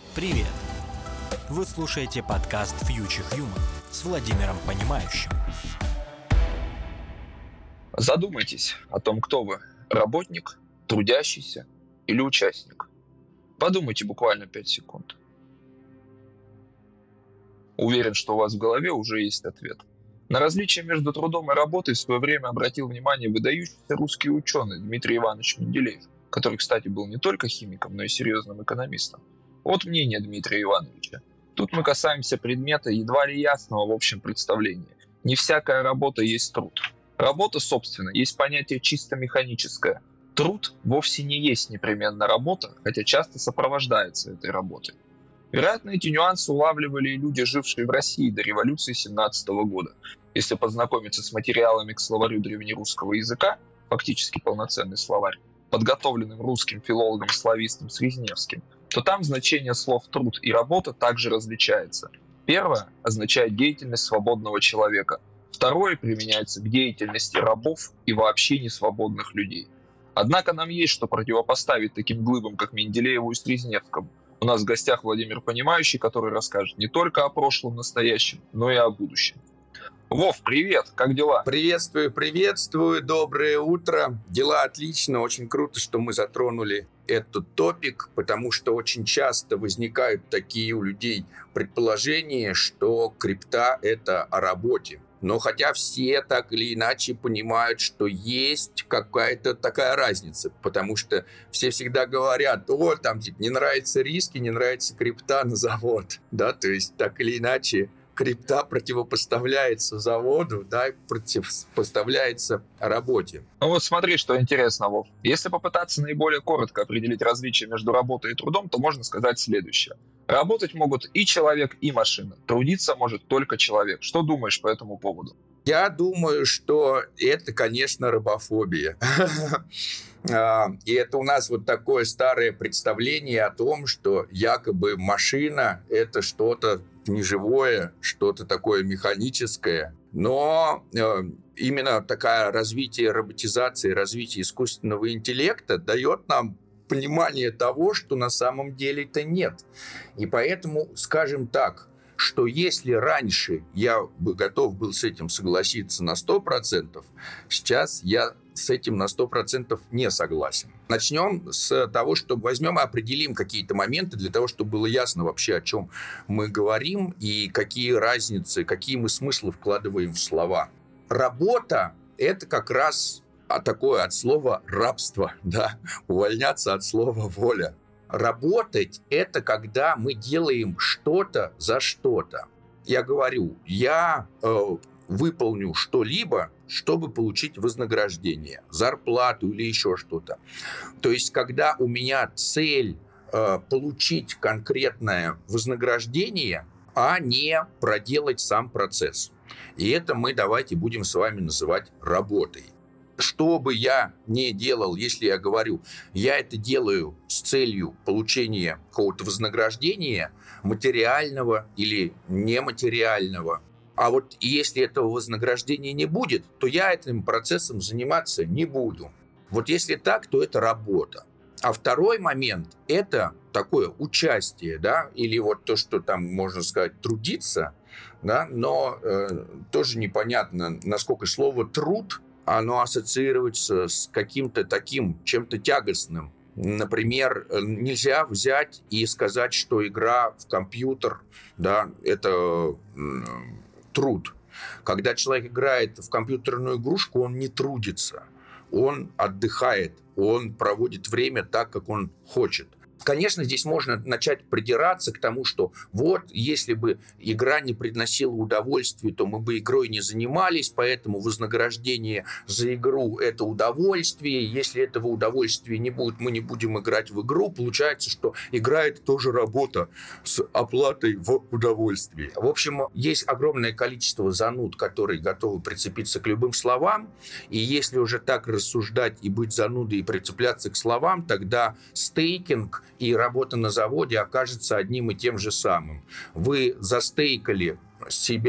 Привет! Вы слушаете подкаст Future Human с Владимиром Понимающим. Задумайтесь о том, кто вы – работник, трудящийся или участник. Подумайте буквально 5 секунд. Уверен, что у вас в голове уже есть ответ. На различие между трудом и работой в свое время обратил внимание выдающийся русский ученый Дмитрий Иванович Менделеев, который, кстати, был не только химиком, но и серьезным экономистом. Вот мнение Дмитрия Ивановича. Тут мы касаемся предмета едва ли ясного в общем представлении. Не всякая работа есть труд. Работа, собственно, есть понятие чисто механическое. Труд вовсе не есть непременно работа, хотя часто сопровождается этой работой. Вероятно, эти нюансы улавливали и люди, жившие в России до революции 17 года. Если познакомиться с материалами к словарю древнерусского языка, фактически полноценный словарь, подготовленным русским филологом-славистом Свизневским, то там значение слов «труд» и «работа» также различается. Первое означает деятельность свободного человека, второе применяется к деятельности рабов и вообще несвободных людей. Однако нам есть что противопоставить таким глыбам, как Менделееву и Свизневскому. У нас в гостях Владимир Понимающий, который расскажет не только о прошлом, настоящем, но и о будущем. Вов, привет, как дела? Приветствую, доброе утро. Дела отлично, очень круто, что мы затронули этот топик, потому что очень часто возникают такие у людей предположения, что крипта – это о работе. Но хотя все так или иначе понимают, что есть какая-то такая разница, потому что все всегда говорят: там не нравятся риски, не нравится крипта, на завод. Да, то есть так или иначе крипта противопоставляется заводу, да, противопоставляется работе. Ну вот смотри, что интересно, Вов. Если попытаться наиболее коротко определить различие между работой и трудом, то можно сказать следующее. Работать могут и человек, и машина. Трудиться может только человек. Что думаешь по этому поводу? Я думаю, что это, конечно, рабофобия. И это у нас вот такое старое представление о том, что якобы машина – это что-то неживое, что-то такое механическое. Но именно такое развитие роботизации, развитие искусственного интеллекта дает нам понимание того, что на самом деле это нет. И поэтому, скажем так, что если раньше я бы готов был с этим согласиться на 100%, сейчас я с этим на 100% не согласен. Начнем с того, что возьмем и определим какие-то моменты для того, чтобы было ясно вообще, о чем мы говорим и какие разницы, какие мы смыслы вкладываем в слова. Работа – это как раз такое от слова рабство, да, увольняться от слова воля. Работать – это когда мы делаем что-то за что-то. Я говорю, я выполню что-либо, чтобы получить вознаграждение, зарплату или еще что-то. То есть, когда у меня цель получить конкретное вознаграждение, а не проделать сам процесс. И это мы давайте будем с вами называть работой. Что бы я ни делал, если я говорю, я это делаю с целью получения какого-то вознаграждения, материального или нематериального, а вот если этого вознаграждения не будет, то я этим процессом заниматься не буду. Вот если так, то это работа. А второй момент – это такое участие, да, или вот то, что там, можно сказать, трудиться, да, но тоже непонятно, насколько слово «труд» оно ассоциируется с каким-то таким, чем-то тягостным. Например, нельзя взять и сказать, что игра в компьютер, да, это труд. Когда человек играет в компьютерную игрушку, он не трудится, он отдыхает, он проводит время так, как он хочет. Конечно, здесь можно начать придираться к тому, что вот, если бы игра не приносила удовольствия, то мы бы игрой не занимались, поэтому вознаграждение за игру – это удовольствие. Если этого удовольствия не будет, мы не будем играть в игру. Получается, что игра – это тоже работа с оплатой в удовольствии. В общем, есть огромное количество зануд, которые готовы прицепиться к любым словам. И если уже так рассуждать и быть занудой и прицепляться к словам, тогда стейкинг и работа на заводе окажется одним и тем же самым. Вы застейкали себя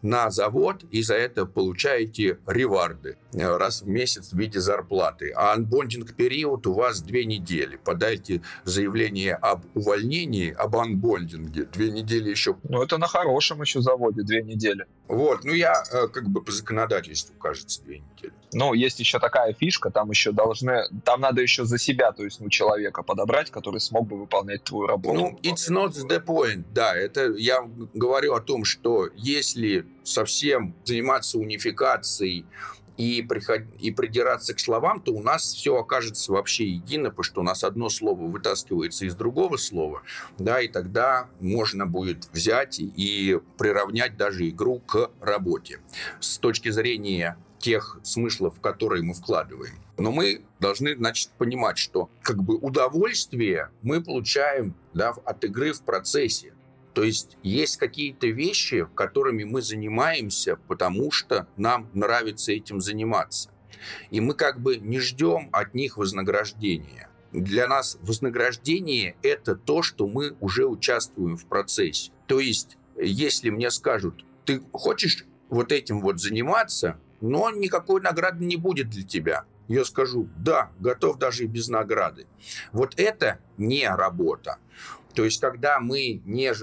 на завод и за это получаете реварды раз в месяц в виде зарплаты. А анбондинг-период у вас 2 недели. Подайте заявление об увольнении, об анбондинге. 2 недели еще. Ну, это на хорошем еще заводе 2 недели. Вот, ну я как бы по законодательству, кажется, 2 недели. Ну, есть еще такая фишка, там надо еще за себя, то есть, человека подобрать, который смог бы выполнять твою работу. Ну, it's not the point, да, это я говорю о том, что если совсем заниматься унификацией и придираться к словам, то у нас все окажется вообще едино, потому что у нас одно слово вытаскивается из другого слова, да, и тогда можно будет взять и приравнять даже игру к работе с точки зрения тех смыслов, которые мы вкладываем. Но мы должны, значит, понимать, что как бы удовольствие мы получаем, да, от игры в процессе. То есть есть какие-то вещи, которыми мы занимаемся, потому что нам нравится этим заниматься. И мы как бы не ждем от них вознаграждения. Для нас вознаграждение – это то, что мы уже участвуем в процессе. То есть если мне скажут, ты хочешь вот этим вот заниматься, но никакой награды не будет для тебя. Я скажу, да, готов даже и без награды. Вот это не работа. То есть, когда мы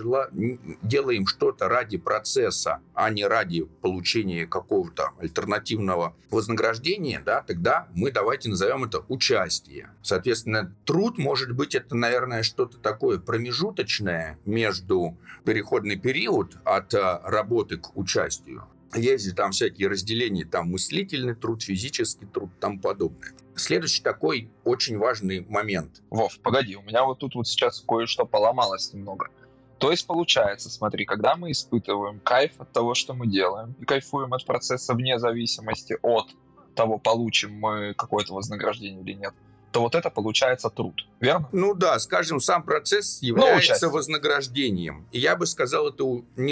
делаем что-то ради процесса, а не ради получения какого-то альтернативного вознаграждения, да, тогда мы давайте назовем это участие. Соответственно, труд, может быть, это, наверное, что-то такое промежуточное между переходный период от работы к участию. Есть там всякие разделения, там мыслительный труд, физический труд, там подобное. Следующий такой очень важный момент. Вов, погоди, у меня вот тут вот сейчас кое-что поломалось немного. То есть получается, смотри, когда мы испытываем кайф от того, что мы делаем, и кайфуем от процесса вне зависимости от того, получим мы какое-то вознаграждение или нет, то вот это получается труд, верно? Ну да, скажем, сам процесс является вознаграждением. И я бы сказал, это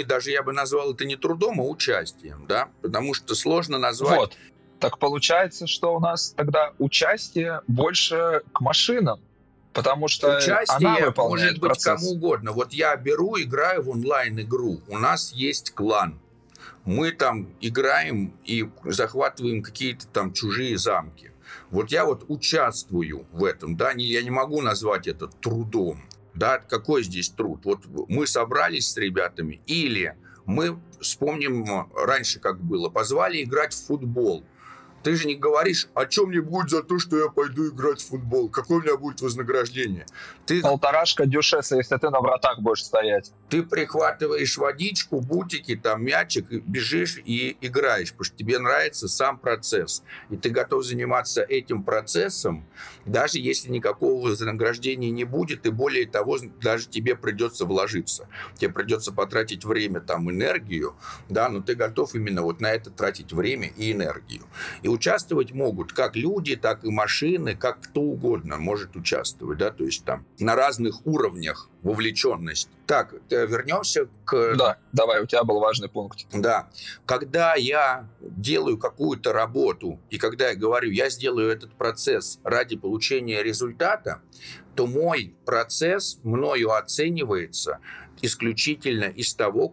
я бы назвал это не трудом, а участием, да, потому что сложно назвать. Вот. Так получается, что у нас тогда участие больше к машинам, потому что она выполняет может быть процесс. Кому угодно. Вот я играю в онлайн-игру, у нас есть клан. Мы там играем и захватываем какие-то там чужие замки. Вот я вот участвую в этом, да, я не могу назвать это трудом, да, какой здесь труд? Вот мы собрались с ребятами, или мы вспомним раньше, как было, позвали играть в футбол. Ты же не говоришь, а что мне будет за то, что я пойду играть в футбол? Какое у меня будет вознаграждение? Полторашка дюшеса, если ты на вратах будешь стоять. Ты прихватываешь водичку, бутики, там мячик, бежишь и играешь, потому что тебе нравится сам процесс. И ты готов заниматься этим процессом, даже если никакого вознаграждения не будет, и более того, даже тебе придется вложиться. Тебе придется потратить время, там, энергию, да, но ты готов именно вот на это тратить время и энергию. И участвовать могут как люди, так и машины, как кто угодно может участвовать, да, то есть там на разных уровнях вовлеченность. Так, вернемся к... Да, давай, у тебя был важный пункт. Да, когда я делаю какую-то работу, и когда я говорю, я сделаю этот процесс ради получения результата, то мой процесс мною оценивается исключительно из того,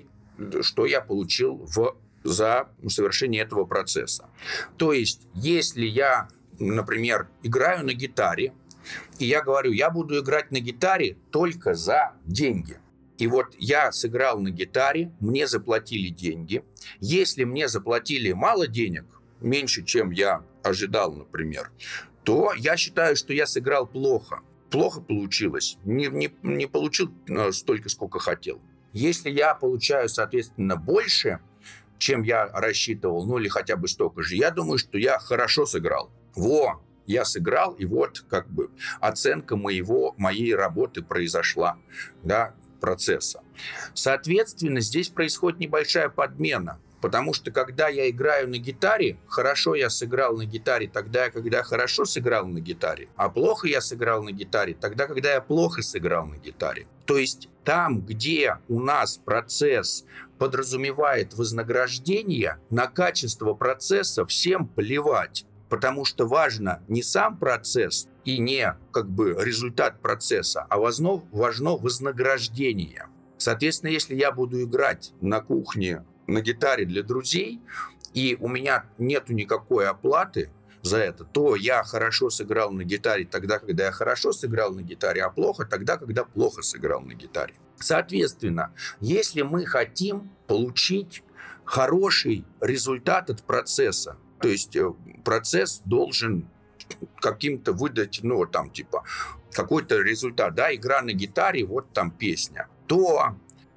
что я получил за совершение этого процесса. То есть, если я, например, играю на гитаре, и я говорю, я буду играть на гитаре только за деньги. И вот я сыграл на гитаре, мне заплатили деньги. Если мне заплатили мало денег, меньше, чем я ожидал, например, то я считаю, что я сыграл плохо. Плохо получилось, не получил столько, сколько хотел. Если я получаю, соответственно, больше, чем я рассчитывал, ну или хотя бы столько же, я думаю, что я хорошо сыграл. Я сыграл, и вот как бы оценка моей работы произошла, да, процесса. Соответственно, здесь происходит небольшая подмена, потому что когда я играю на гитаре, хорошо я сыграл на гитаре тогда, когда хорошо сыграл на гитаре, а плохо я сыграл на гитаре тогда, когда я плохо сыграл на гитаре. То есть там, где у нас процесс подразумевает вознаграждение, на качество процесса всем плевать. Потому что важно не сам процесс и не как бы результат процесса, а важно вознаграждение. Соответственно, если я буду играть на кухне на гитаре для друзей, и у меня нету никакой оплаты за это, то я хорошо сыграл на гитаре тогда, когда я хорошо сыграл на гитаре, а плохо тогда, когда плохо сыграл на гитаре. Соответственно, если мы хотим получить хороший результат от процесса, то есть процесс должен каким-то выдать, какой-то результат, да, игра на гитаре, вот там песня, то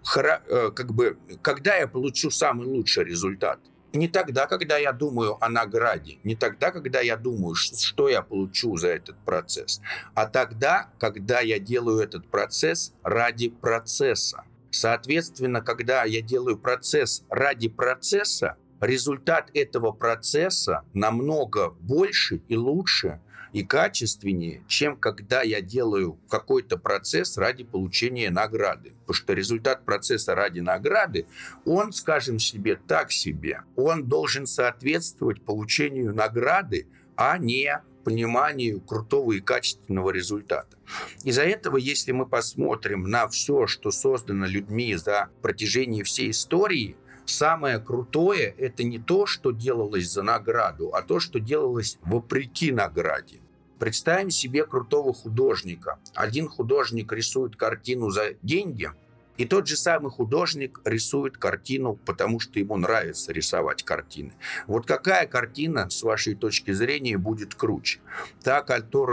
когда я получу самый лучший результат? Не тогда, когда я думаю о награде, не тогда, когда я думаю, что я получу за этот процесс, а тогда, когда я делаю этот процесс ради процесса. Соответственно, когда я делаю процесс ради процесса, результат этого процесса намного больше и лучше и качественнее, чем когда я делаю какой-то процесс ради получения награды. Потому что результат процесса ради награды, он, скажем себе, так себе. Он должен соответствовать получению награды, а не пониманию крутого и качественного результата. Из-за этого, если мы посмотрим на все, что создано людьми за протяжении всей истории, самое крутое – это не то, что делалось за награду, а то, что делалось вопреки награде. Представим себе крутого художника. Один художник рисует картину за деньги, и тот же самый художник рисует картину, потому что ему нравится рисовать картины. Вот какая картина, с вашей точки зрения, будет круче? Та,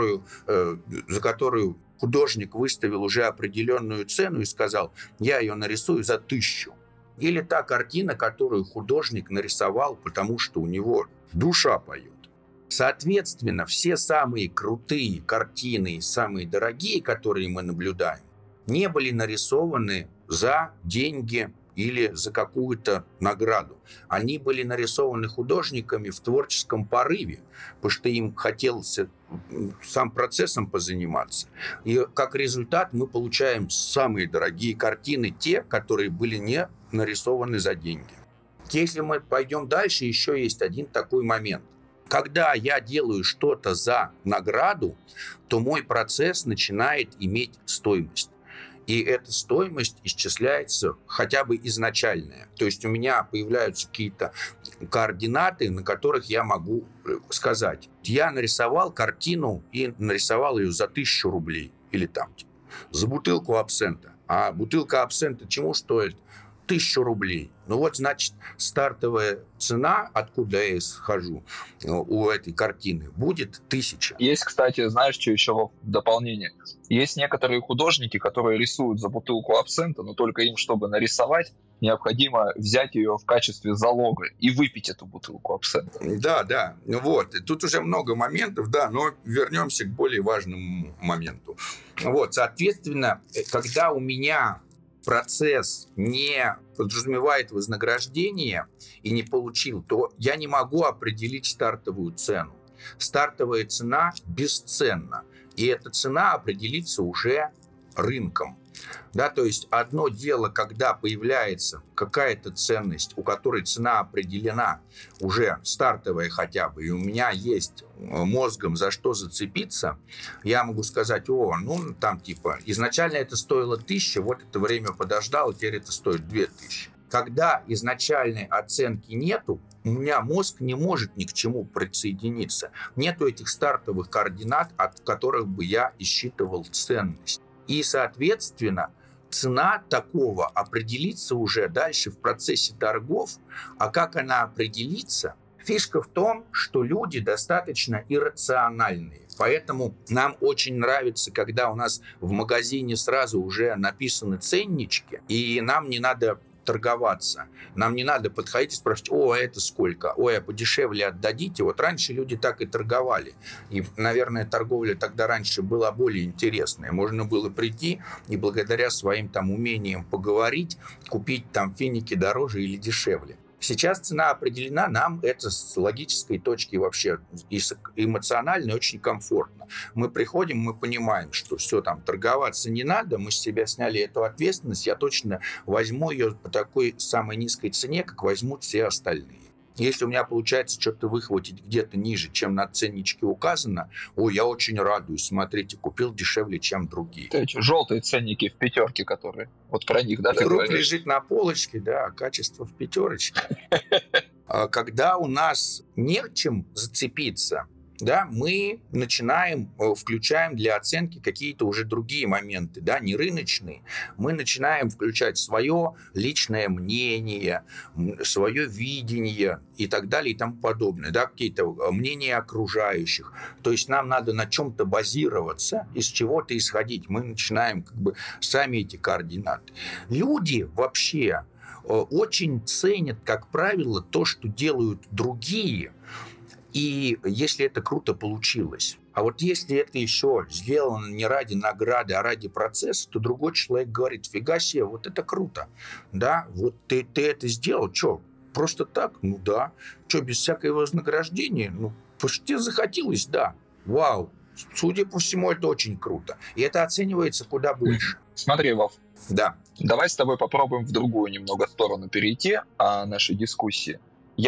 за которую художник выставил уже определенную цену и сказал: я ее нарисую за 1000. Или та картина, которую художник нарисовал, потому что у него душа поет. Соответственно, все самые крутые картины, самые дорогие, которые мы наблюдаем, не были нарисованы за деньги или за какую-то награду. Они были нарисованы художниками в творческом порыве, потому что им хотелось сам процессом позаниматься. И как результат мы получаем самые дорогие картины, те, которые были не нарисованы за деньги. Если мы пойдем дальше, еще есть один такой момент. Когда я делаю что-то за награду, то мой процесс начинает иметь стоимость. И эта стоимость исчисляется хотя бы изначальная. То есть у меня появляются какие-то координаты, на которых я могу сказать: я нарисовал картину и нарисовал ее за 1000 рублей. Или за бутылку абсента. А бутылка абсента чему стоит? 1000 рублей. Ну вот, значит, стартовая цена, откуда я исхожу у этой картины, будет 1000. Есть, кстати, знаешь, что еще в дополнение? Есть некоторые художники, которые рисуют за бутылку абсента, но только им, чтобы нарисовать, необходимо взять ее в качестве залога и выпить эту бутылку абсента. Да. Вот. И тут уже много моментов, да, но вернемся к более важному моменту. Вот, соответственно, когда у меня процесс не подразумевает вознаграждение и не получил, то я не могу определить стартовую цену. Стартовая цена бесценна, и эта цена определится уже рынком. Да, то есть одно дело, когда появляется какая-то ценность, у которой цена определена уже стартовая хотя бы, и у меня есть мозгом за что зацепиться, я могу сказать: изначально это стоило 1000, вот это время подождало, теперь это стоит 2000. Когда изначальной оценки нету, у меня мозг не может ни к чему присоединиться. Нету этих стартовых координат, от которых бы я исчитывал ценность. И, соответственно, цена такого определится уже дальше в процессе торгов. А как она определится? Фишка в том, что люди достаточно иррациональные. Поэтому нам очень нравится, когда у нас в магазине сразу уже написаны ценнички, и нам не надо торговаться. Нам не надо подходить и спрашивать: о, это сколько? Ой, а подешевле отдадите? Вот раньше люди так и торговали. И, наверное, торговля тогда раньше была более интересная. Можно было прийти и благодаря своим умениям поговорить, купить финики дороже или дешевле. Сейчас цена определена, нам это с логической точки вообще и эмоционально очень комфортно. Мы приходим, мы понимаем, что все, торговаться не надо, мы с себя сняли эту ответственность, я точно возьму ее по такой самой низкой цене, как возьмут все остальные. Если у меня получается что-то выхватить где-то ниже, чем на ценничке указано, ой, я очень радуюсь. Смотрите, купил дешевле, чем другие. Эти желтые ценники в пятерке, которые... Вот про них, да, ты Друг говоришь? лежит на полочке, да, а качество в пятерочке. Когда у нас не к чем зацепиться, да, мы начинаем, включаем для оценки какие-то уже другие моменты, да, не рыночные. Мы начинаем включать свое личное мнение, свое видение и так далее и тому подобное, да, какие-то мнения окружающих. То есть нам надо на чем-то базироваться, из чего-то исходить. Мы начинаем как бы сами эти координаты. Люди вообще очень ценят, как правило, то, что делают другие, и если это круто получилось. А вот если это еще сделано не ради награды, а ради процесса, то другой человек говорит: фига себе, вот это круто. Да, вот ты это сделал, что, просто так? Ну да. Что, без всякого вознаграждения? Ну, потому что тебе захотелось, да. Вау. Судя по всему, это очень круто. И это оценивается куда больше. Смотри, Вов, Да. давай с тобой попробуем в другую немного сторону перейти нашей дискуссии.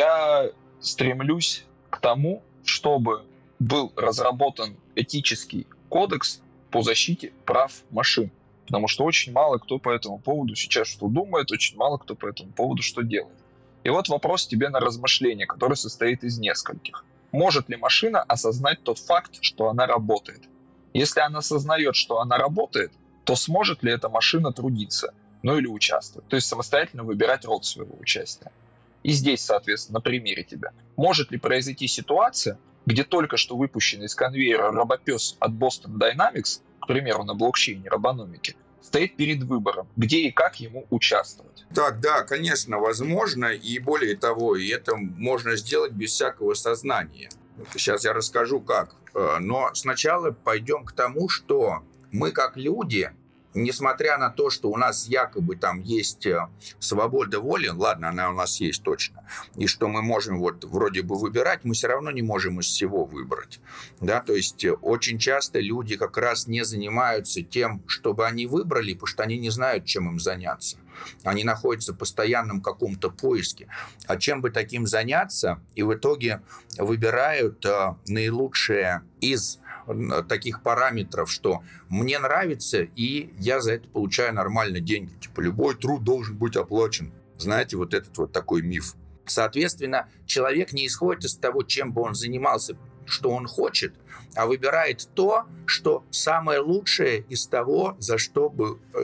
Я стремлюсь к тому, чтобы был разработан этический кодекс по защите прав машин. Потому что очень мало кто по этому поводу сейчас что думает, очень мало кто по этому поводу что делает. И вот вопрос тебе на размышление, который состоит из нескольких. Может ли машина осознать тот факт, что она работает? Если она осознает, что она работает, то сможет ли эта машина трудиться, ну или участвовать, то есть самостоятельно выбирать род своего участия. И здесь, соответственно, на примере тебя. Может ли произойти ситуация, где только что выпущенный из конвейера робопес от Boston Dynamics, к примеру, на блокчейне робономики, стоит перед выбором, где и как ему участвовать? Так, да, конечно, возможно, и более того, и это можно сделать без всякого сознания. Сейчас я расскажу, как. Но сначала пойдем к тому, что мы, как люди, несмотря на то, что у нас якобы там есть свобода воли, ладно, она у нас есть точно, и что мы можем вот вроде бы выбирать, мы все равно не можем из всего выбрать. Да? То есть очень часто люди как раз не занимаются тем, чтобы они выбрали, потому что они не знают, чем им заняться. Они находятся в постоянном каком-то поиске. А чем бы таким заняться? И в итоге выбирают наилучшее из таких параметров, что мне нравится, и я за это получаю нормально деньги. Типа любой труд должен быть оплачен. Знаете, вот этот вот такой миф. Соответственно, человек не исходит из того, чем бы он занимался, что он хочет, а выбирает то, что самое лучшее из того, за что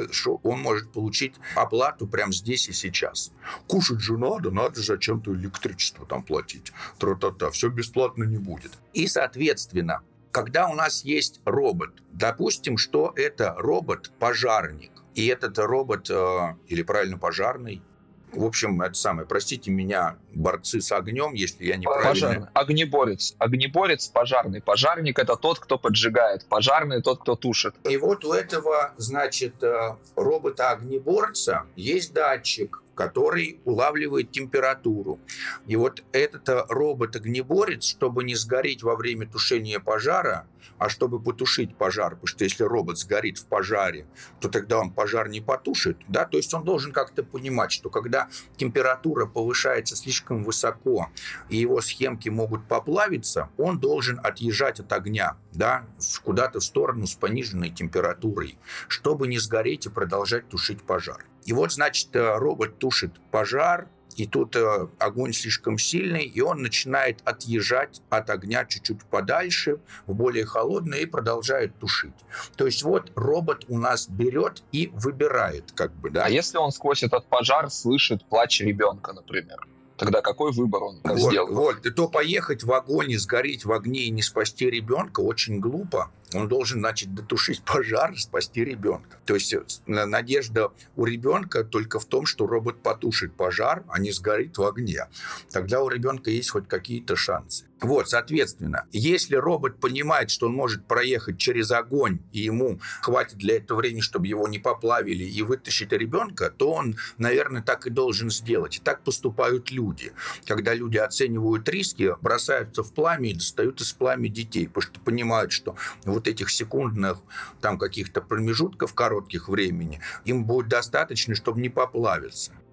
он может получить оплату прямо здесь и сейчас. Кушать же надо зачем-то электричество там платить. Тра-та-та, все бесплатно не будет. И, соответственно, когда у нас есть робот, допустим, что это робот-пожарник, и этот робот, или правильно пожарный, в общем, это самое, простите меня, борцы с огнем, если я неправильно... Пожарный. Огнеборец. Огнеборец, пожарный. Пожарник — это тот, кто поджигает. Пожарный — тот, кто тушит. И вот у этого, значит, робота-огнеборца есть датчик, который улавливает температуру. И вот этот робот-огнеборец, чтобы не сгореть во время тушения пожара, а чтобы потушить пожар, потому что если робот сгорит в пожаре, то тогда он пожар не потушит, да, то есть он должен как-то понимать, что когда температура повышается слишком высоко и его схемки могут поплавиться, он должен отъезжать от огня, да, куда-то в сторону с пониженной температурой, чтобы не сгореть и продолжать тушить пожар. И вот, значит, робот тушит пожар, и тут огонь слишком сильный, и он начинает отъезжать от огня чуть-чуть подальше, в более холодное, и продолжает тушить. То есть вот робот у нас берет и выбирает, как бы, да. А если он сквозь этот пожар слышит плач ребенка, например? Тогда какой выбор он сделал? Вот, и то поехать в огонь и сгореть в огне и не спасти ребенка очень глупо. Он должен, значит, дотушить пожар и спасти ребенка. То есть надежда у ребенка только в том, что робот потушит пожар, а не сгорит в огне. Тогда у ребенка есть хоть какие-то шансы. Вот, соответственно, если робот понимает, что он может проехать через огонь, и ему хватит для этого времени, чтобы его не поплавили, и вытащить ребенка, то он, наверное, так и должен сделать. И так поступают люди. Когда люди оценивают риски, бросаются в пламя и достают из пламя детей, потому что понимают, что вот этих секундных там каких-то промежутков коротких времени им будет достаточно, чтобы не поплавиться.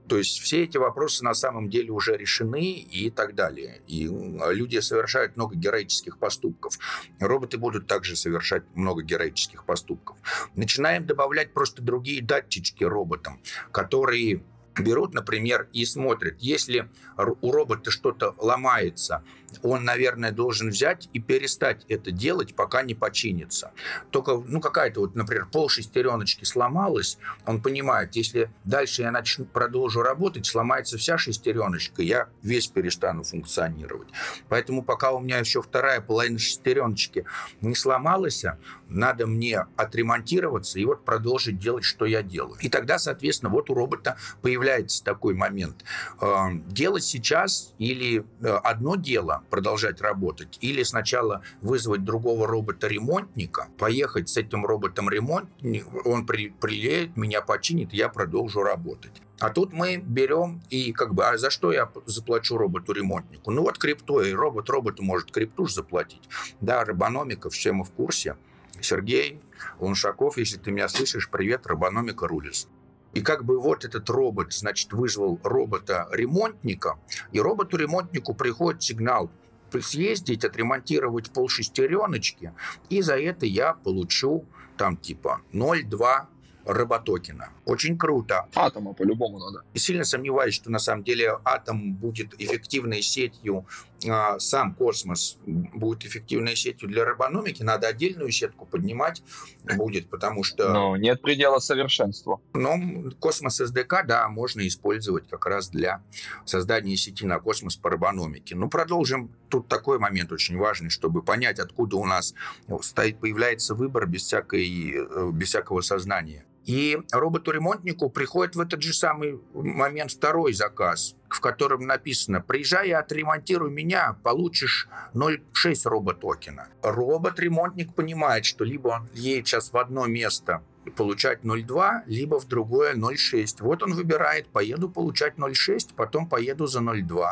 То есть все эти вопросы на самом деле уже решены и так далее. И люди совершают много героических поступков. Роботы будут также совершать много героических поступков. Начинаем добавлять просто другие датчики роботам, которые берут, например, и смотрят, если у робота что-то ломается, он, наверное, должен взять и перестать это делать, пока не починится. Только, какая-то вот, например, полшестереночки сломалась, он понимает, если дальше я продолжу работать, сломается вся шестереночка, я весь перестану функционировать. Поэтому пока у меня еще вторая половина шестереночки не сломалась, надо мне отремонтироваться и вот продолжить делать, что я делаю. И тогда, соответственно, вот у робота появляется такой момент. Делать сейчас или одно дело, продолжать работать, или сначала вызвать другого робота-ремонтника, поехать с этим роботом-ремонтником, он приедет, меня починит, я продолжу работать. А тут мы берем и а за что я заплачу роботу-ремонтнику? Вот криптой, робот роботу может крипту же заплатить. Да, Робономика, все мы в курсе. Сергей Луншаков, если ты меня слышишь, привет, Робономика рулис. И вот этот робот, значит, вызвал робота-ремонтника, и роботу-ремонтнику приходит сигнал съездить, отремонтировать полшестереночки, и за это я получу 0,2 роботокена. Очень круто. Атома по-любому надо. И сильно сомневаюсь, что на самом деле атом будет эффективной сетью, сам космос будет эффективной сетью для робономики. Надо отдельную сетку поднимать будет, потому что... Но нет предела совершенству. Космос СДК, да, можно использовать как раз для создания сети на космос по робономике. Продолжим. Тут такой момент очень важный, чтобы понять, откуда у нас появляется выбор без всякого сознания. И роботу-ремонтнику приходит в этот же самый момент второй заказ, в котором написано: приезжай и отремонтируй меня, получишь 0,6 роботокена. Робот-ремонтник понимает, что либо он едет сейчас в одно место получать 0,2, либо в другое 0,6. Вот он выбирает: поеду получать 0,6, потом поеду за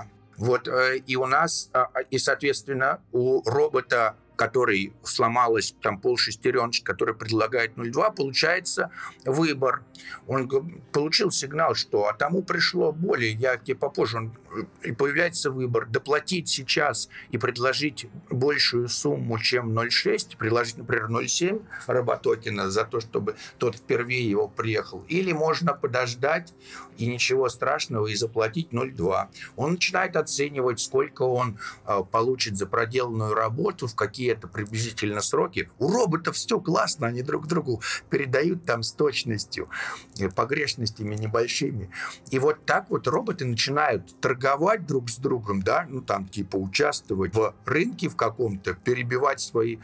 0,2. И у нас, и соответственно, у робота, который сломалась полшестереночки, который предлагает 0,2, получается выбор. Он получил сигнал, что тому пришло более, я тебе попозже, и появляется выбор: доплатить сейчас и предложить большую сумму, чем 0,6, предложить, например, 0,7 роботокена за то, чтобы тот впервые его приехал. Или можно подождать, и ничего страшного, и заплатить 0,2. Он начинает оценивать, сколько он получит за проделанную работу, в какие-то приблизительно сроки. У роботов все классно, они друг другу передают с точностью, погрешностями небольшими. И вот так вот роботы начинают торговать друг с другом, да, участвовать в рынке в каком-то, перебивать свои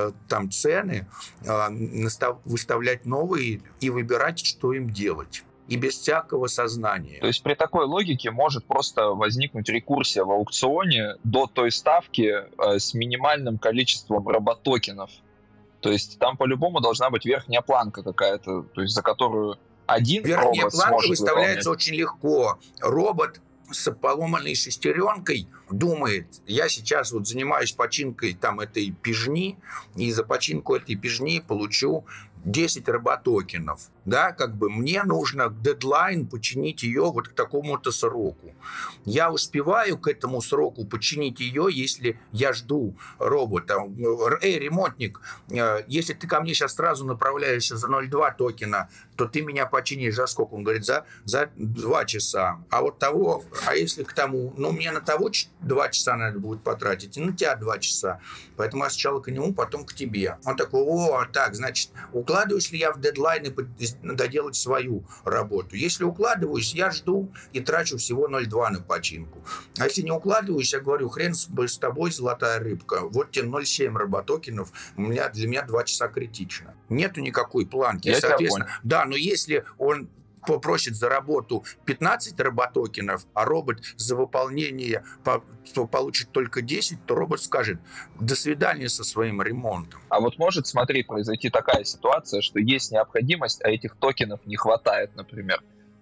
цены, выставлять новые и выбирать, что им делать. И без всякого сознания. То есть при такой логике может просто возникнуть рекурсия в аукционе до той ставки с минимальным количеством роботокенов. То есть там по-любому должна быть верхняя планка какая-то, то есть за которую один верхняя робот планка сможет выставляется выполнять. очень легко. Робот с поломанной шестеренкой думает: я сейчас занимаюсь починкой этой пижни, и за починку этой пижни получу 10 роботокенов. Да, мне нужно дедлайн починить ее к такому-то сроку. Я успеваю к этому сроку починить ее, если я жду робота. Ремонтник, если ты ко мне сейчас сразу направляешься за 0,2 токена, то ты меня починишь за сколько? Он говорит: за 2 часа. А если к тому, мне на того 2 часа надо будет потратить, и на тебя 2 часа. Поэтому я сначала к нему, потом к тебе. Он такой: значит, укладываюсь ли я в дедлайны доделать свою работу? Если укладываюсь, я жду и трачу всего 0,2 на починку. А если не укладываюсь, я говорю: хрен с тобой, золотая рыбка. Вот тебе 0,7 роботокенов, для меня 2 часа критично. Нету никакой планки. Я соответственно, да, но если он попросит за работу 15 роботокенов, а робот за выполнение получит только 10, то робот скажет: до свидания со своим ремонтом. А может, смотри, произойти такая ситуация, что есть необходимость, а этих токенов не хватает, например.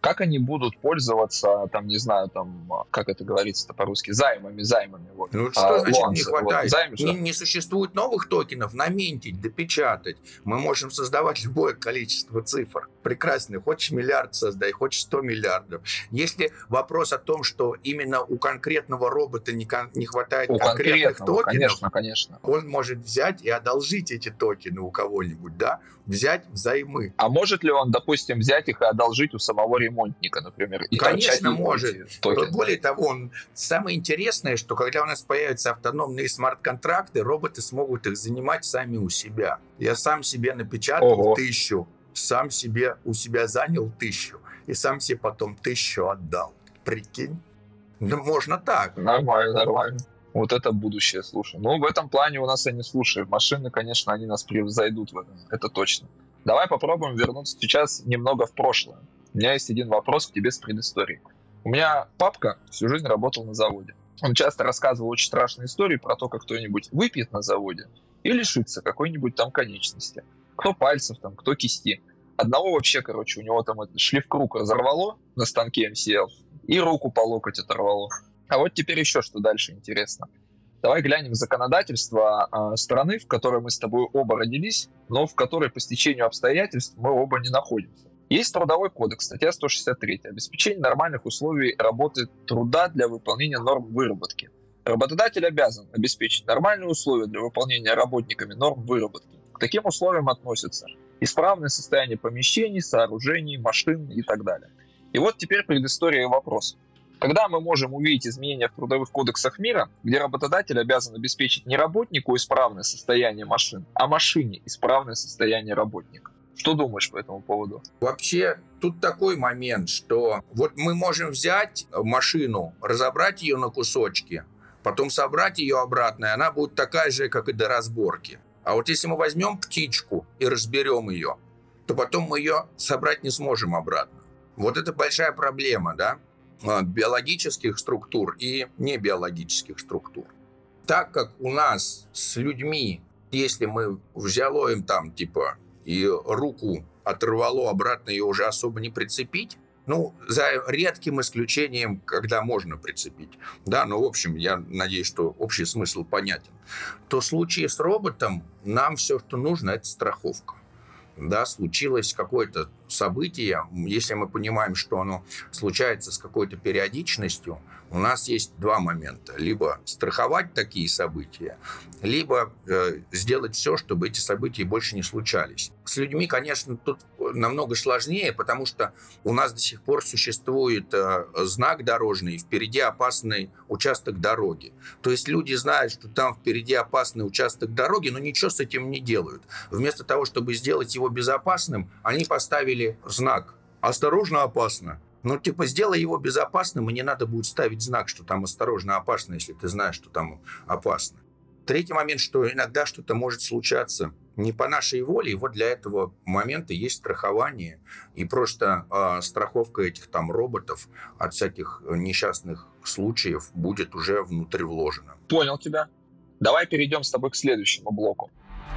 Как они будут пользоваться, там, не знаю, там, как это говорится по-русски, займами, вот. Ну, что значит не Лонсы, хватает? вот, займ же. Не существует новых токенов, наминтить, допечатать. Мы можем создавать любое количество цифр. Прекрасно. Хочешь миллиард создай, хочешь 100 миллиардов. Если вопрос о том, что именно у конкретного робота не хватает конкретных токенов, конечно. Он может взять и одолжить эти токены у кого-нибудь, да? Взять взаймы. А может ли он, допустим, взять их и одолжить у самого ремонтника, например? И конечно, может. Более того, самое интересное, что когда у нас появятся автономные смарт-контракты, роботы смогут их занимать сами у себя. Я сам себе напечатал 1000, сам себе у себя занял 1000, и сам себе потом 1000 отдал. Прикинь? Ну, можно так. Нормально. Вот это будущее, слушай. Ну, в этом плане у нас, я не слушаю. Машины, конечно, они нас превзойдут в этом. Это точно. Давай попробуем вернуться сейчас немного в прошлое. У меня есть один вопрос к тебе с предысторией. У меня папка всю жизнь работал на заводе. Он часто рассказывал очень страшные истории про то, как кто-нибудь выпьет на заводе и лишится какой-нибудь там конечности. Кто пальцев, там, кто кисти. Одного вообще, у него там шлифкруг разорвало на станке MCL и руку по локоть оторвало. А вот теперь еще что дальше интересно. Давай глянем в законодательство страны, в которой мы с тобой оба родились, но в которой по стечению обстоятельств мы оба не находимся. Есть Трудовой кодекс, статья 163. Обеспечение нормальных условий работы труда для выполнения норм выработки. Работодатель обязан обеспечить нормальные условия для выполнения работниками норм выработки. К таким условиям относятся исправное состояние помещений, сооружений, машин и так далее. И вот теперь предыстория и вопрос. Когда мы можем увидеть изменения в трудовых кодексах мира, где работодатель обязан обеспечить не работнику исправное состояние машин, а машине исправное состояние работника? Что думаешь по этому поводу? Вообще, тут такой момент, что вот мы можем взять машину, разобрать ее на кусочки, потом собрать ее обратно, и она будет такая же, как и до разборки. А вот если мы возьмем птичку и разберем ее, то потом мы ее собрать не сможем обратно. Вот это большая проблема, да? Биологических структур и небиологических структур. Так как у нас с людьми, если мы взяло им там типа и руку оторвало, обратно ее уже особо не прицепить, ну, за редким исключением, когда можно прицепить, да, но в общем, я надеюсь, что общий смысл понятен, то в случае с роботом нам все, что нужно, это страховка. Да, случилось какое-то событие, если мы понимаем, что оно случается с какой-то периодичностью, у нас есть два момента. Либо страховать такие события, либо сделать все, чтобы эти события больше не случались. С людьми, конечно, тут намного сложнее, потому что у нас до сих пор существует знак дорожный, впереди опасный участок дороги. То есть люди знают, что там впереди опасный участок дороги, но ничего с этим не делают. Вместо того, чтобы сделать его безопасным, они поставили знак «Осторожно, опасно». Ну, типа, сделай его безопасным, и не надо будет ставить знак, что там осторожно, опасно, если ты знаешь, что там опасно. Третий момент, что иногда что-то может случаться не по нашей воле, и вот для этого момента есть страхование, и просто страховка этих там роботов от всяких несчастных случаев будет уже внутрь вложена. Понял тебя. Давай перейдем с тобой к следующему блоку.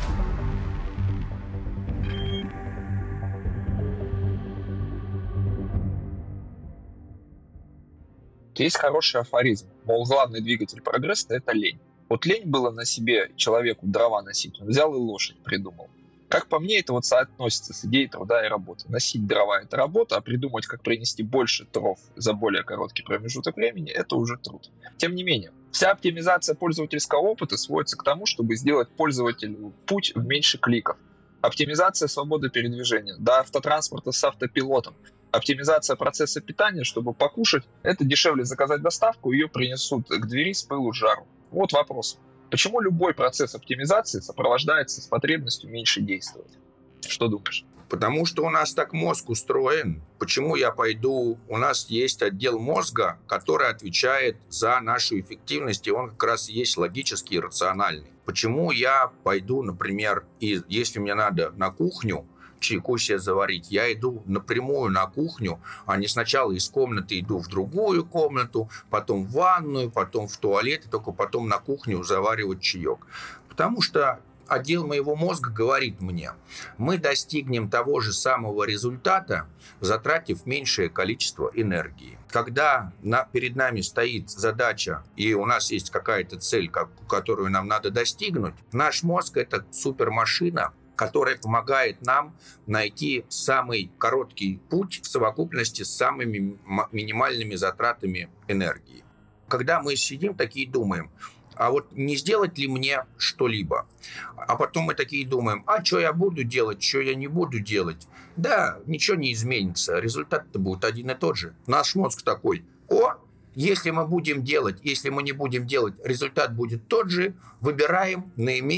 Есть хороший афоризм, мол, главный двигатель прогресса – это лень. Вот лень было на себе человеку дрова носить, он взял и лошадь придумал. Как по мне, это вот соотносится с идеей труда и работы. Носить дрова – это работа, а придумать, как принести больше дров за более короткий промежуток времени – это уже труд. Тем не менее, вся оптимизация пользовательского опыта сводится к тому, чтобы сделать пользователю путь в меньше кликов. Оптимизация свободы передвижения, до автотранспорта с автопилотом. Оптимизация процесса питания, чтобы покушать, это дешевле заказать доставку, ее принесут к двери с пылу с жару. Вот вопрос. Почему любой процесс оптимизации сопровождается с потребностью меньше действовать? Что думаешь? Потому что у нас так мозг устроен. Почему я пойду... У нас есть отдел мозга, который отвечает за нашу эффективность, и он как раз есть логический и рациональный. Почему я пойду, например, и если мне надо на кухню чайку себе заварить, я иду напрямую на кухню, а не сначала из комнаты иду в другую комнату, потом в ванную, потом в туалет, и только потом на кухню заваривать чаек. Потому что отдел моего мозга говорит мне, мы достигнем того же самого результата, затратив меньшее количество энергии. Когда перед нами стоит задача, и у нас есть какая-то цель, которую нам надо достигнуть, наш мозг – это супермашина, которая помогает нам найти самый короткий путь в совокупности с самыми минимальными затратами энергии. Когда мы сидим такие думаем, а вот не сделать ли мне что-либо? А потом мы такие думаем, а что я буду делать, что я не буду делать? Да, ничего не изменится, результат-то будет один и тот же. Наш мозг такой, если мы будем делать, если мы не будем делать, результат будет тот же, выбираем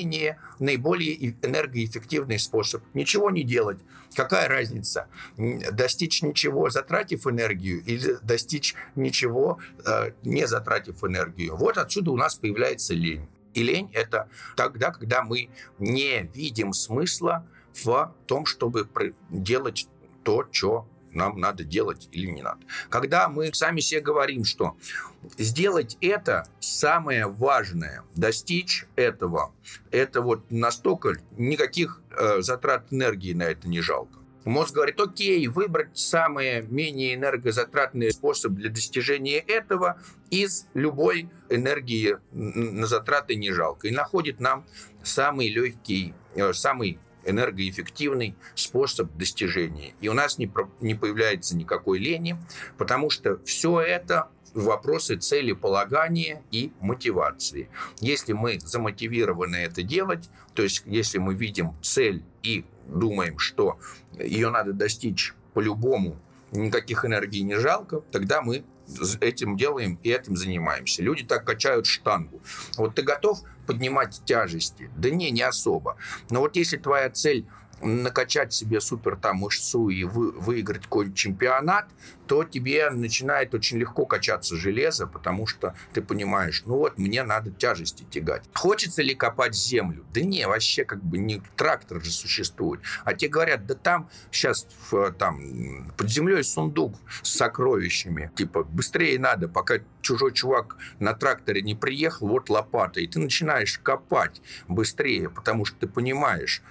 наиболее энергоэффективный способ. Ничего не делать. Какая разница? Достичь ничего, затратив энергию, или достичь ничего, не затратив энергию. Вот отсюда у нас появляется лень. И лень – это тогда, когда мы не видим смысла в том, чтобы делать то, что нам надо делать или не надо. Когда мы сами себе говорим, что сделать это самое важное, достичь этого, это вот настолько никаких затрат энергии на это не жалко. Мозг говорит, окей, выбрать самый менее энергозатратный способ для достижения этого из любой энергии на затраты не жалко. И находит нам самый легкий, самый энергоэффективный способ достижения. И у нас не появляется никакой лени, потому что все это вопросы целеполагания и мотивации. Если мы замотивированы это делать, то есть если мы видим цель и думаем, что ее надо достичь по-любому, никаких энергий не жалко, тогда мы этим делаем и этим занимаемся. Люди так качают штангу. Вот ты готов поднимать тяжести? Да не особо. Но вот если твоя цель накачать себе супер мышцу и выиграть какой-нибудь чемпионат, то тебе начинает очень легко качаться железо, потому что ты понимаешь, мне надо тяжести тягать. Хочется ли копать землю? Да не, вообще не трактор же существует. А те говорят, да там сейчас под землей сундук с сокровищами. Быстрее надо, пока чужой чувак на тракторе не приехал, вот лопата. И ты начинаешь копать быстрее, потому что ты понимаешь,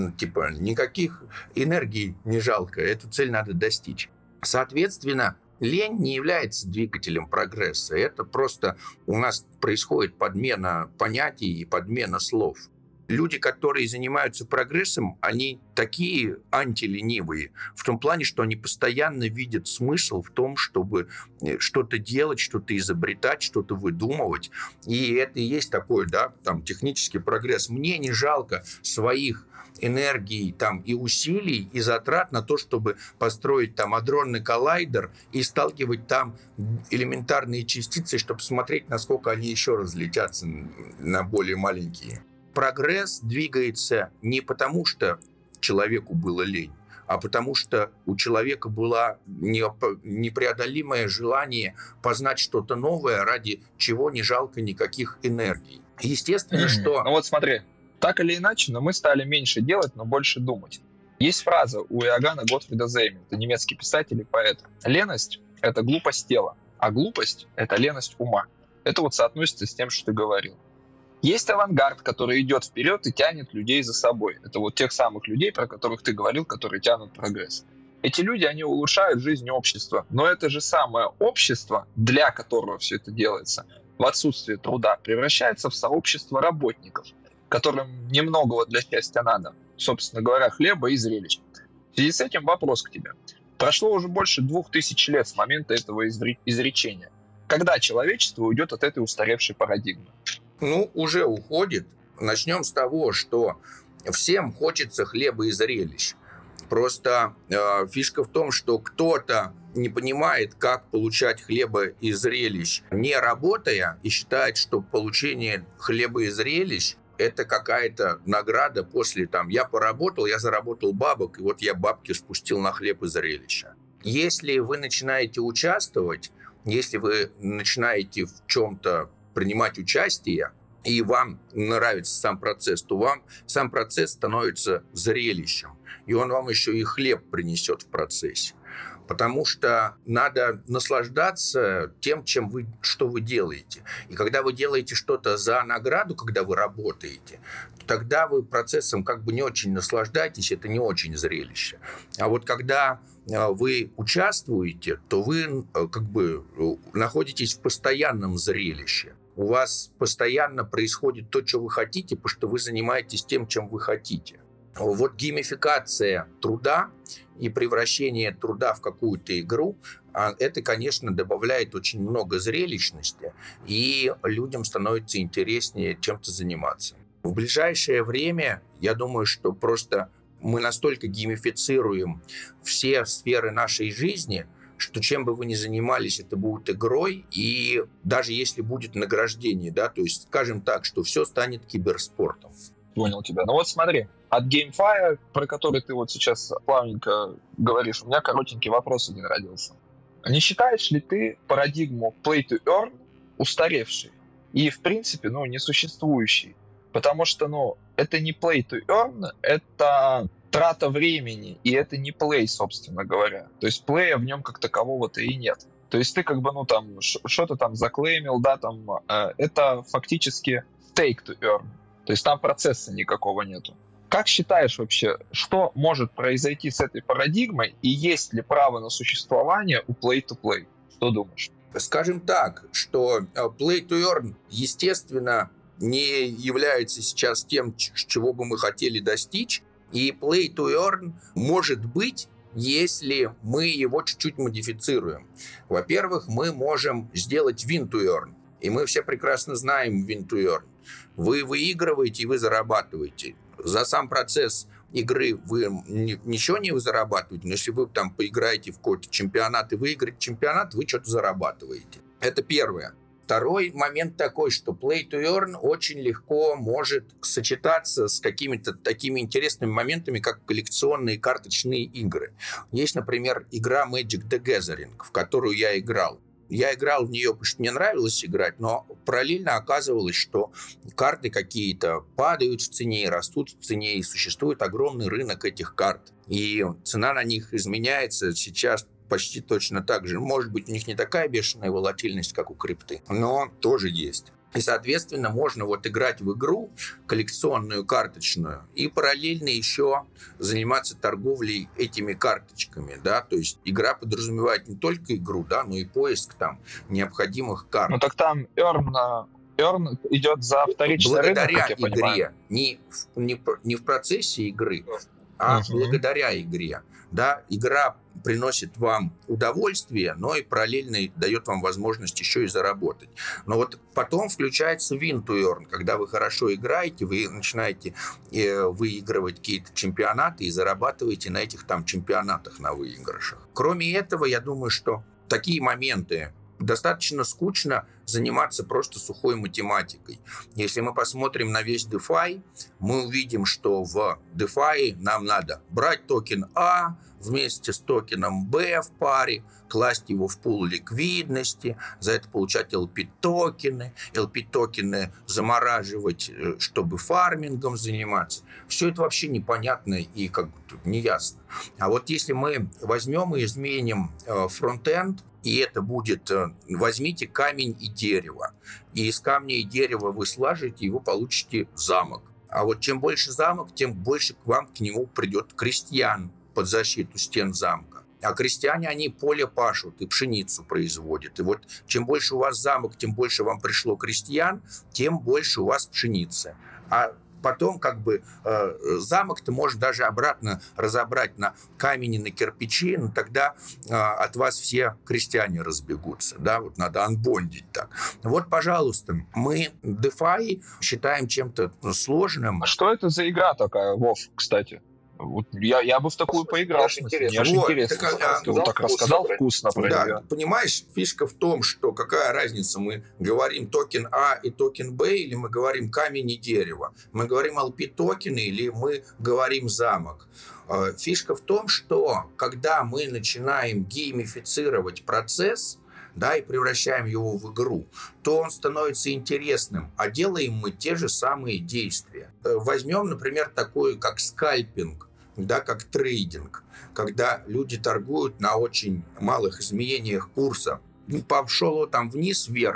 никаких энергий не жалко, эту цель надо достичь. Соответственно, лень не является двигателем прогресса. Это просто у нас происходит подмена понятий и подмена слов. Люди, которые занимаются прогрессом, они такие антиленивые, в том плане, что они постоянно видят смысл в том, чтобы что-то делать, что-то изобретать, что-то выдумывать. И это и есть такой, технический прогресс. Мне не жалко своих энергии и усилий, и затрат на то, чтобы построить адронный коллайдер и сталкивать там элементарные частицы, чтобы смотреть, насколько они еще разлетятся на более маленькие. Прогресс двигается не потому, что человеку было лень, а потому что у человека было непреодолимое желание познать что-то новое, ради чего не жалко никаких энергий. Естественно, что... Смотри, так или иначе, но мы стали меньше делать, но больше думать. Есть фраза у Иоганна Готфрида Зейма, это немецкий писатель и поэт. Леность – это глупость тела, а глупость – это леность ума. Это соотносится с тем, что ты говорил. Есть авангард, который идет вперед и тянет людей за собой. Это тех самых людей, про которых ты говорил, которые тянут прогресс. Эти люди, они улучшают жизнь общества. Но это же самое общество, для которого все это делается, в отсутствие труда, превращается в сообщество работников, которым немного для счастья надо. Собственно говоря, хлеба и зрелищ. В связи с этим вопрос к тебе. Прошло уже больше 2000 лет с момента этого изречения. Когда человечество уйдет от этой устаревшей парадигмы? Уже уходит. Начнем с того, что всем хочется хлеба и зрелищ. Просто фишка в том, что кто-то не понимает, как получать хлеба и зрелищ, не работая, и считает, что получение хлеба и зрелищ – это какая-то награда после я поработал, я заработал бабок, и вот я бабки спустил на хлеб и зрелища. Если вы начинаете участвовать, если вы начинаете в чем-то принимать участие, и вам нравится сам процесс, то вам сам процесс становится зрелищем. И он вам еще и хлеб принесет в процессе. Потому что надо наслаждаться тем, что вы делаете. И когда вы делаете что-то за награду, когда вы работаете, тогда вы процессом как бы не очень наслаждаетесь, это не очень зрелище. А вот когда вы участвуете, то вы как бы находитесь в постоянном зрелище. У вас постоянно происходит то, что вы хотите, потому что вы занимаетесь тем, чем вы хотите. Вот геймификация труда и превращение труда в какую-то игру, это, конечно, добавляет очень много зрелищности, и людям становится интереснее чем-то заниматься. В ближайшее время, я думаю, что просто мы настолько геймифицируем все сферы нашей жизни, что чем бы вы ни занимались, это будет игрой, и даже если будет награждение, да, то есть скажем так, что все станет киберспортом. Понял тебя. Ну вот смотри, от GameFi, про который ты вот сейчас плавненько говоришь, у меня коротенький вопрос один родился. Не считаешь ли ты парадигму play to earn устаревшей и, в принципе, несуществующей? Потому что, это не play to earn, это трата времени, и это не play, собственно говоря. То есть плея в нем как такового-то и нет. То есть ты как бы, что-то там заклеймил, да, там, это фактически stake to earn. То есть там процесса никакого нету. Как считаешь вообще, что может произойти с этой парадигмой, и есть ли право на существование у play to play? Что думаешь? Скажем так, что play to earn, естественно, не является сейчас тем, чего бы мы хотели достичь. И play to earn может быть, если мы его чуть-чуть модифицируем. Во-первых, мы можем сделать win to earn. И мы все прекрасно знаем win to earn. Вы выигрываете и вы зарабатываете. За сам процесс игры вы ничего не зарабатываете, но если вы там поиграете в какой-то чемпионат и выиграете чемпионат, вы что-то зарабатываете. Это первое. Второй момент такой, что play to earn очень легко может сочетаться с какими-то такими интересными моментами, как коллекционные карточные игры. Есть, например, игра Magic the Gathering, в которую я играл. Я играл в нее, потому что мне нравилось играть, но параллельно оказывалось, что карты какие-то падают в цене, растут в цене, и существует огромный рынок этих карт. И цена на них изменяется сейчас почти точно так же. Может быть, у них не такая бешеная волатильность, как у крипты, но тоже есть. И, соответственно, можно вот играть в игру коллекционную, карточную, и параллельно еще заниматься торговлей этими карточками, да, то есть игра подразумевает не только игру, да, но и поиск там необходимых карт. Ну так там earn идет за вторичный рынок, как я понимаю. Не в процессе игры, а благодаря игре. Да, игра приносит вам удовольствие, но и параллельно дает вам возможность еще и заработать. Но вот потом включается win to earn, когда вы хорошо играете, вы начинаете выигрывать какие-то чемпионаты и зарабатываете на этих там чемпионатах, на выигрышах. Кроме этого, я думаю, что такие моменты достаточно скучно заниматься просто сухой математикой. Если мы посмотрим на весь DeFi, мы увидим, что в DeFi нам надо брать токен А вместе с токеном Б в паре, класть его в пул ликвидности, за это получать LP-токены, LP-токены замораживать, чтобы фармингом заниматься. Все это вообще непонятно и как бы неясно. А вот если мы возьмем и изменим фронтенд, и это будет, возьмите камень и дерево. И из камня и дерева вы сложите, и вы получите замок. А вот чем больше замок, тем больше к вам к нему придет крестьян под защиту стен замка. А крестьяне, они поле пашут и пшеницу производят. И вот чем больше у вас замок, тем больше вам пришло крестьян, тем больше у вас пшеницы. А потом как бы замок-то можно даже обратно разобрать на камень и на кирпичи, но тогда от вас все крестьяне разбегутся. Да? Вот надо анбондить так. Вот, пожалуйста, мы DeFi считаем чем-то сложным. А что это за игра такая, Вов, кстати? Вот я бы в такую поиграл. Мне аж интересно. Ты вот так рассказал вкусно про нее. Понимаешь, фишка в том, что какая разница, мы говорим токен А и токен Б, или мы говорим камень и дерево. Мы говорим LP-токены или мы говорим замок. Фишка в том, что когда мы начинаем геймифицировать процесс, да, и превращаем его в игру, то он становится интересным, а делаем мы те же самые действия. Возьмем, например, такое, как скальпинг, да, как трейдинг, когда люди торгуют на очень малых изменениях курса. Пошел там вниз-вверх,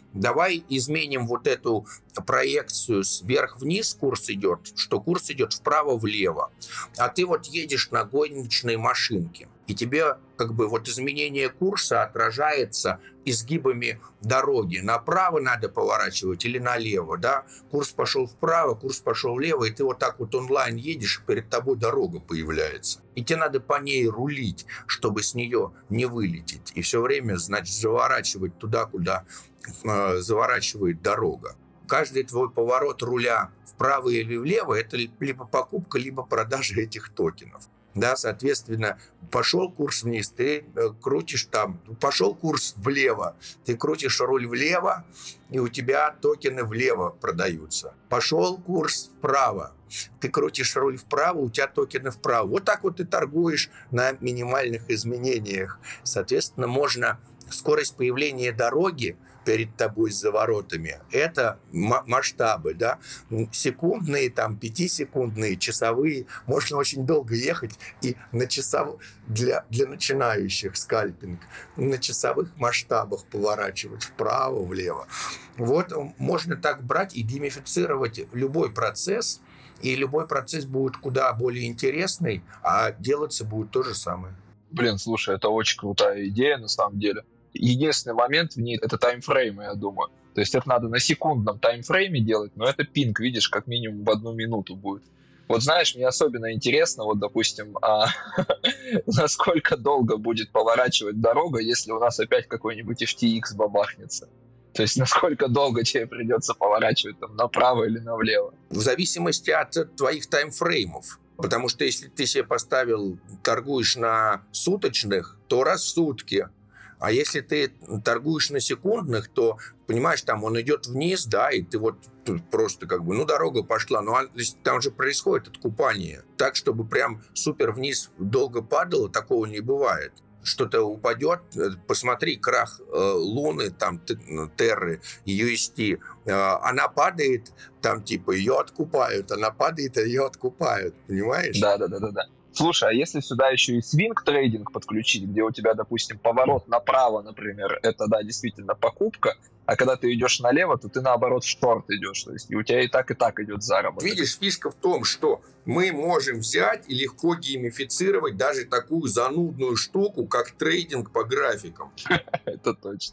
давай изменим вот эту проекцию вверх-вниз курс идет, что курс идет вправо-влево. А ты вот едешь на гоночной машинке, и тебе как бы вот изменение курса отражается изгибами дороги. Направо надо поворачивать или налево, да? Курс пошел вправо, курс пошел влево, и ты вот так вот онлайн едешь, и перед тобой дорога появляется. И тебе надо по ней рулить, чтобы с нее не вылететь. И все время, значит, заворачивать туда, куда заворачивает дорога. Каждый твой поворот руля вправо или влево – это либо покупка, либо продажа этих токенов. Да, соответственно, пошел курс вниз, ты крутишь там, пошел курс влево, ты крутишь руль влево, и у тебя токены влево продаются. Пошел курс вправо, ты крутишь руль вправо, у тебя токены вправо. Вот так вот ты торгуешь на минимальных изменениях. Соответственно, можно скорость появления дороги перед тобой за воротами, это масштабы, да, секундные, там, 5-секундные, часовые, можно очень долго ехать и на для начинающих скальпинг, на часовых масштабах поворачивать вправо, влево. Вот можно так брать и геймифицировать любой процесс, и любой процесс будет куда более интересный, а делаться будет то же самое. Блин, слушай, это очень крутая идея на самом деле. Единственный момент в ней — это таймфреймы, я думаю. То есть это надо на секундном таймфрейме делать, но это пинг, видишь, как минимум в 1 минуту будет. Вот знаешь, мне особенно интересно, вот, допустим, насколько долго будет поворачивать дорога, если у нас опять какой-нибудь FTX бабахнется. То есть насколько долго тебе придется поворачивать там направо или налево. В зависимости от твоих таймфреймов. Потому что если ты себе торгуешь на суточных, то раз в сутки. А если ты торгуешь на секундных, то, понимаешь, там он идет вниз, да, и ты вот просто как бы, дорога пошла, но там же происходит откупание. Так, чтобы прям супер вниз долго падало, такого не бывает. Что-то упадет, посмотри, крах Луны, там, Терры, UST, она падает, там, типа, ее откупают, она падает, а ее откупают, понимаешь? Да. Слушай, а если сюда еще и свинг-трейдинг подключить, где у тебя, допустим, поворот направо, например, это, да, действительно покупка, а когда ты идешь налево, то ты, наоборот, в шорт идешь, то есть и у тебя и так идет заработок. Видишь, фишка в том, что мы можем взять и легко геймифицировать даже такую занудную штуку, как трейдинг по графикам. Это точно.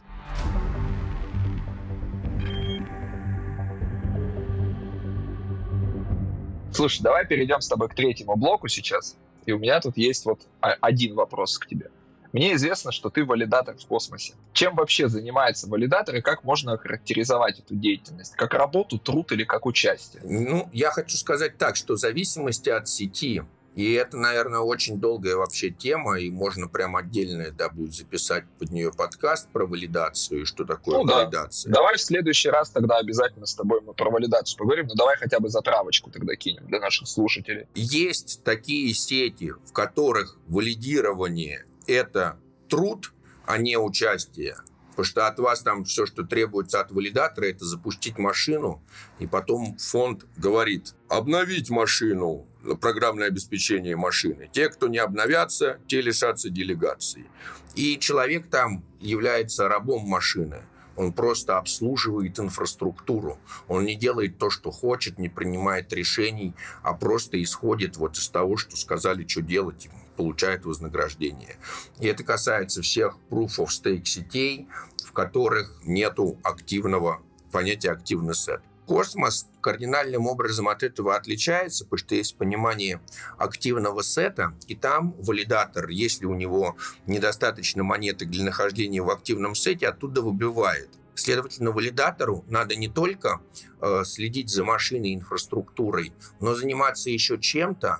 Слушай, давай перейдем с тобой к третьему блоку сейчас. И у меня тут есть вот один вопрос к тебе. Мне известно, что ты валидатор в космосе. Чем вообще занимается валидатор и как можно охарактеризовать эту деятельность? Как работу, труд или как участие? Я хочу сказать так, что в зависимости от сети, и это, наверное, очень долгая вообще тема, и можно прям отдельно, да, будет записать под нее подкаст про валидацию, и что такое валидация. Да. Давай в следующий раз тогда обязательно с тобой мы про валидацию поговорим, но давай хотя бы затравочку тогда кинем для наших слушателей. Есть такие сети, в которых валидирование – это труд, а не участие. Потому что от вас там все, что требуется от валидатора, это запустить машину, и потом фонд говорит: обновить машину, программное обеспечение машины. Те, кто не обновятся, те лишатся делегации. И человек там является рабом машины. Он просто обслуживает инфраструктуру. Он не делает то, что хочет, не принимает решений, а просто исходит вот из того, что сказали, что делать, и получает вознаграждение. И это касается всех Proof of Stake сетей, в которых нету активного понятия активный сет. Космос кардинальным образом от этого отличается, потому что есть понимание активного сета, и там валидатор, если у него недостаточно монеток для нахождения в активном сете, оттуда выбивает. Следовательно, валидатору надо не только следить за машиной и инфраструктурой, но заниматься еще чем-то,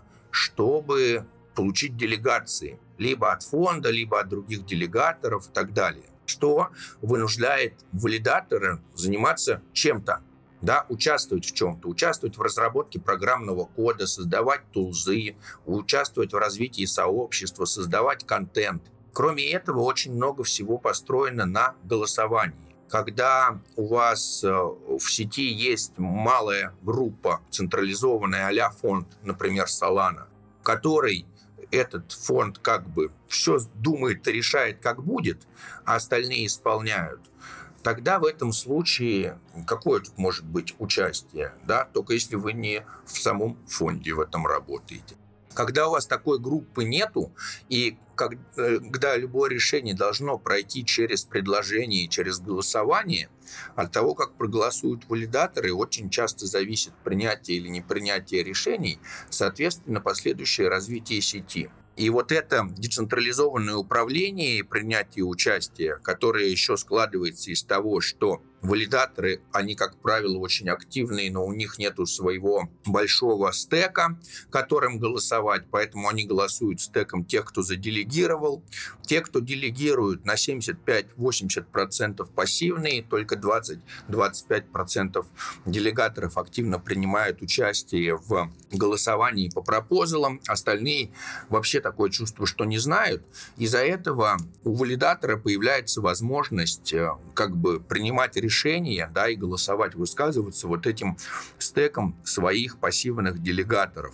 чтобы получить делегации либо от фонда, либо от других делегаторов и так далее, что вынуждает валидатора заниматься чем-то. Да, участвовать в чем-то, участвовать в разработке программного кода, создавать тулзы, участвовать в развитии сообщества, создавать контент. Кроме этого, очень много всего построено на голосовании. Когда у вас в сети есть малая группа, централизованная а-ля фонд, например, Solana, который этот фонд как бы все думает и решает, как будет, а остальные исполняют, тогда в этом случае какое тут может быть участие? Да? Только если вы не в самом фонде в этом работаете. Когда у вас такой группы нету, и когда любое решение должно пройти через предложение, через голосование, от того, как проголосуют валидаторы, очень часто зависит принятие или непринятие решений, соответственно, последующее развитие сети. И вот это децентрализованное управление и принятие участия, которое еще складывается из того, что валидаторы, они, как правило, очень активные, но у них нету своего большого стека, которым голосовать, поэтому они голосуют стеком тех, кто заделегировал. Те, кто делегируют, на 75-80% пассивные, только 20-25% делегаторов активно принимают участие в голосовании по пропозалам. Остальные вообще такое чувство, что не знают. Из-за этого у валидатора появляется возможность принимать решения, да, и голосовать, высказываться вот этим стеком своих пассивных делегаторов.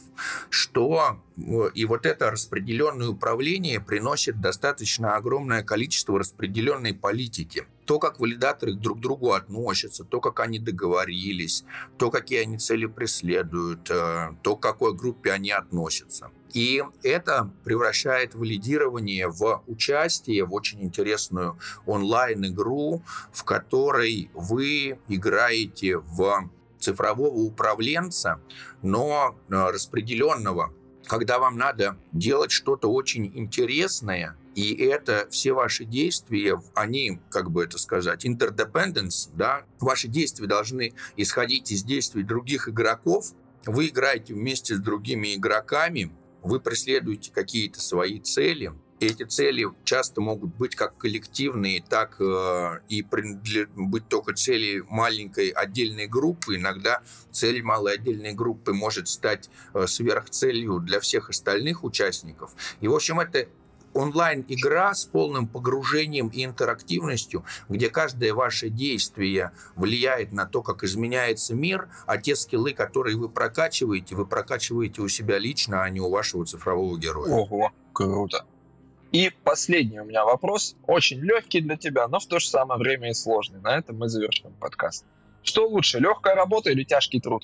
И вот это распределенное управление приносит достаточно огромное количество распределенной политики. То, как валидаторы друг к другу относятся, то, как они договорились, то, какие они цели преследуют, то, к какой группе они относятся. И это превращает валидирование в участие в очень интересную онлайн-игру, в которой вы играете в цифрового управленца, но распределенного, когда вам надо делать что-то очень интересное, и это все ваши действия, они, interdependence, да, ваши действия должны исходить из действий других игроков, вы играете вместе с другими игроками, вы преследуете какие-то свои цели. Эти цели часто могут быть как коллективные, так и быть только цели маленькой отдельной группы. Иногда цель малой отдельной группы может стать сверхцелью для всех остальных участников. И, в общем, это онлайн-игра с полным погружением и интерактивностью, где каждое ваше действие влияет на то, как изменяется мир, а те скиллы, которые вы прокачиваете у себя лично, а не у вашего цифрового героя. Ого, круто. И последний у меня вопрос, очень легкий для тебя, но в то же самое время и сложный. На этом мы завершим подкаст. Что лучше, легкая работа или тяжкий труд?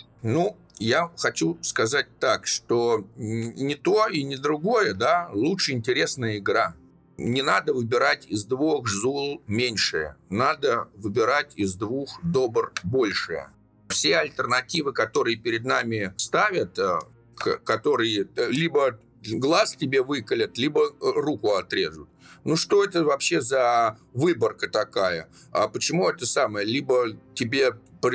Я хочу сказать так, что не то и не другое, да, лучше интересная игра. Не надо выбирать из двух зол меньшее, надо выбирать из двух добр большее. Все альтернативы, которые перед нами ставят, которые либо глаз тебе выколят, либо руку отрежут. Что это вообще за выборка такая? А почему это самое? Либо тебе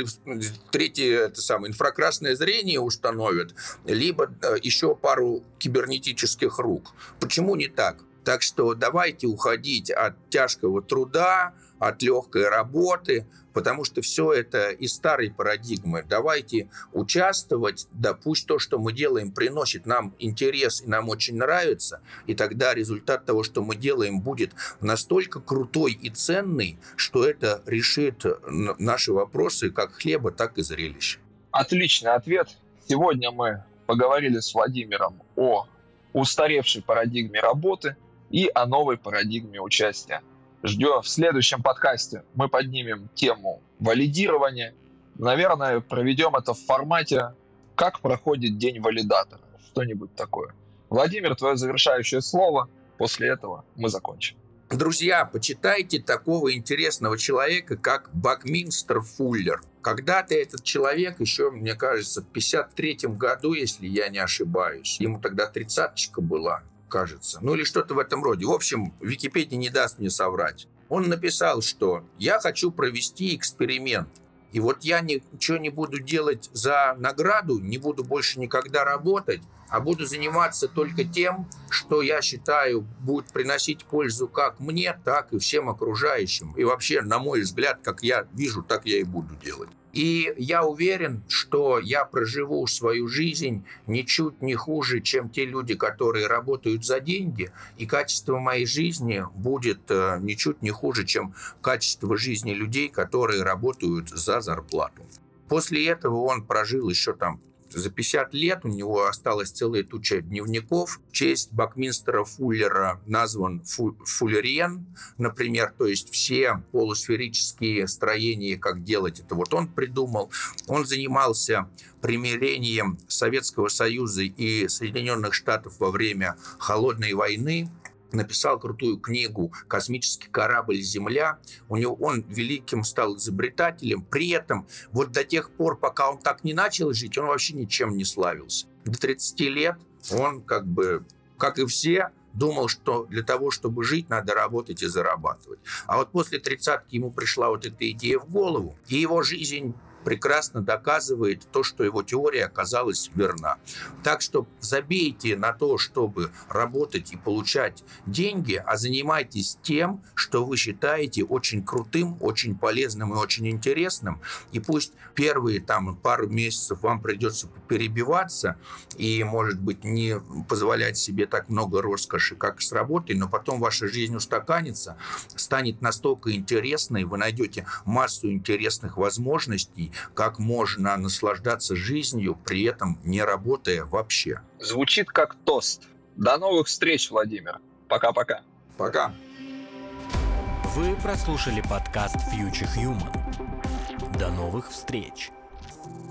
третье инфракрасное зрение установят, либо еще пару кибернетических рук. Почему не так? Так что давайте уходить от тяжкого труда, от легкой работы, потому что все это из старой парадигмы. Давайте участвовать, да пусть то, что мы делаем, приносит нам интерес и нам очень нравится, и тогда результат того, что мы делаем, будет настолько крутой и ценный, что это решит наши вопросы как хлеба, так и зрелища. Отличный ответ. Сегодня мы поговорили с Владимиром о устаревшей парадигме работы и о новой парадигме участия. Ждем в следующем подкасте. Мы поднимем тему валидирования. Наверное, проведем это в формате «Как проходит день валидатора». Что-нибудь такое. Владимир, твое завершающее слово. После этого мы закончим. Друзья, почитайте такого интересного человека, как Бакминстер Фуллер. Когда-то этот человек еще, мне кажется, в 1953 году, если я не ошибаюсь, ему тогда 30-чка была, кажется. Или что-то в этом роде. В общем, Википедия не даст мне соврать. Он написал, что «я хочу провести эксперимент. И вот я ничего не буду делать за награду, не буду больше никогда работать, а буду заниматься только тем, что я считаю будет приносить пользу как мне, так и всем окружающим. И вообще, на мой взгляд, как я вижу, так я и буду делать». И я уверен, что я проживу свою жизнь ничуть не хуже, чем те люди, которые работают за деньги, и качество моей жизни будет ничуть не хуже, чем качество жизни людей, которые работают за зарплату. После этого он прожил еще За 50 лет у него осталась целая туча дневников. В честь Бакминстера Фуллера назван фуллериен, например, то есть все полусферические строения, как делать это, вот он придумал. Он занимался примирением Советского Союза и Соединенных Штатов во время Холодной войны. Написал крутую книгу «Космический корабль Земля». Он великим стал изобретателем. При этом вот до тех пор, пока он так не начал жить, он вообще ничем не славился. До 30 лет он как и все, думал, что для того, чтобы жить, надо работать и зарабатывать. А вот после 30-ки ему пришла вот эта идея в голову, и его жизнь прекрасно доказывает то, что его теория оказалась верна. Так что забейте на то, чтобы работать и получать деньги, а занимайтесь тем, что вы считаете очень крутым, очень полезным и очень интересным. И пусть первые пару месяцев вам придется перебиваться и, может быть, не позволять себе так много роскоши, как с работой, но потом ваша жизнь устаканится, станет настолько интересной, вы найдете массу интересных возможностей, как можно наслаждаться жизнью, при этом не работая вообще. Звучит как тост. До новых встреч, Владимир. Пока-пока. Пока. Вы прослушали подкаст Future Human. До новых встреч!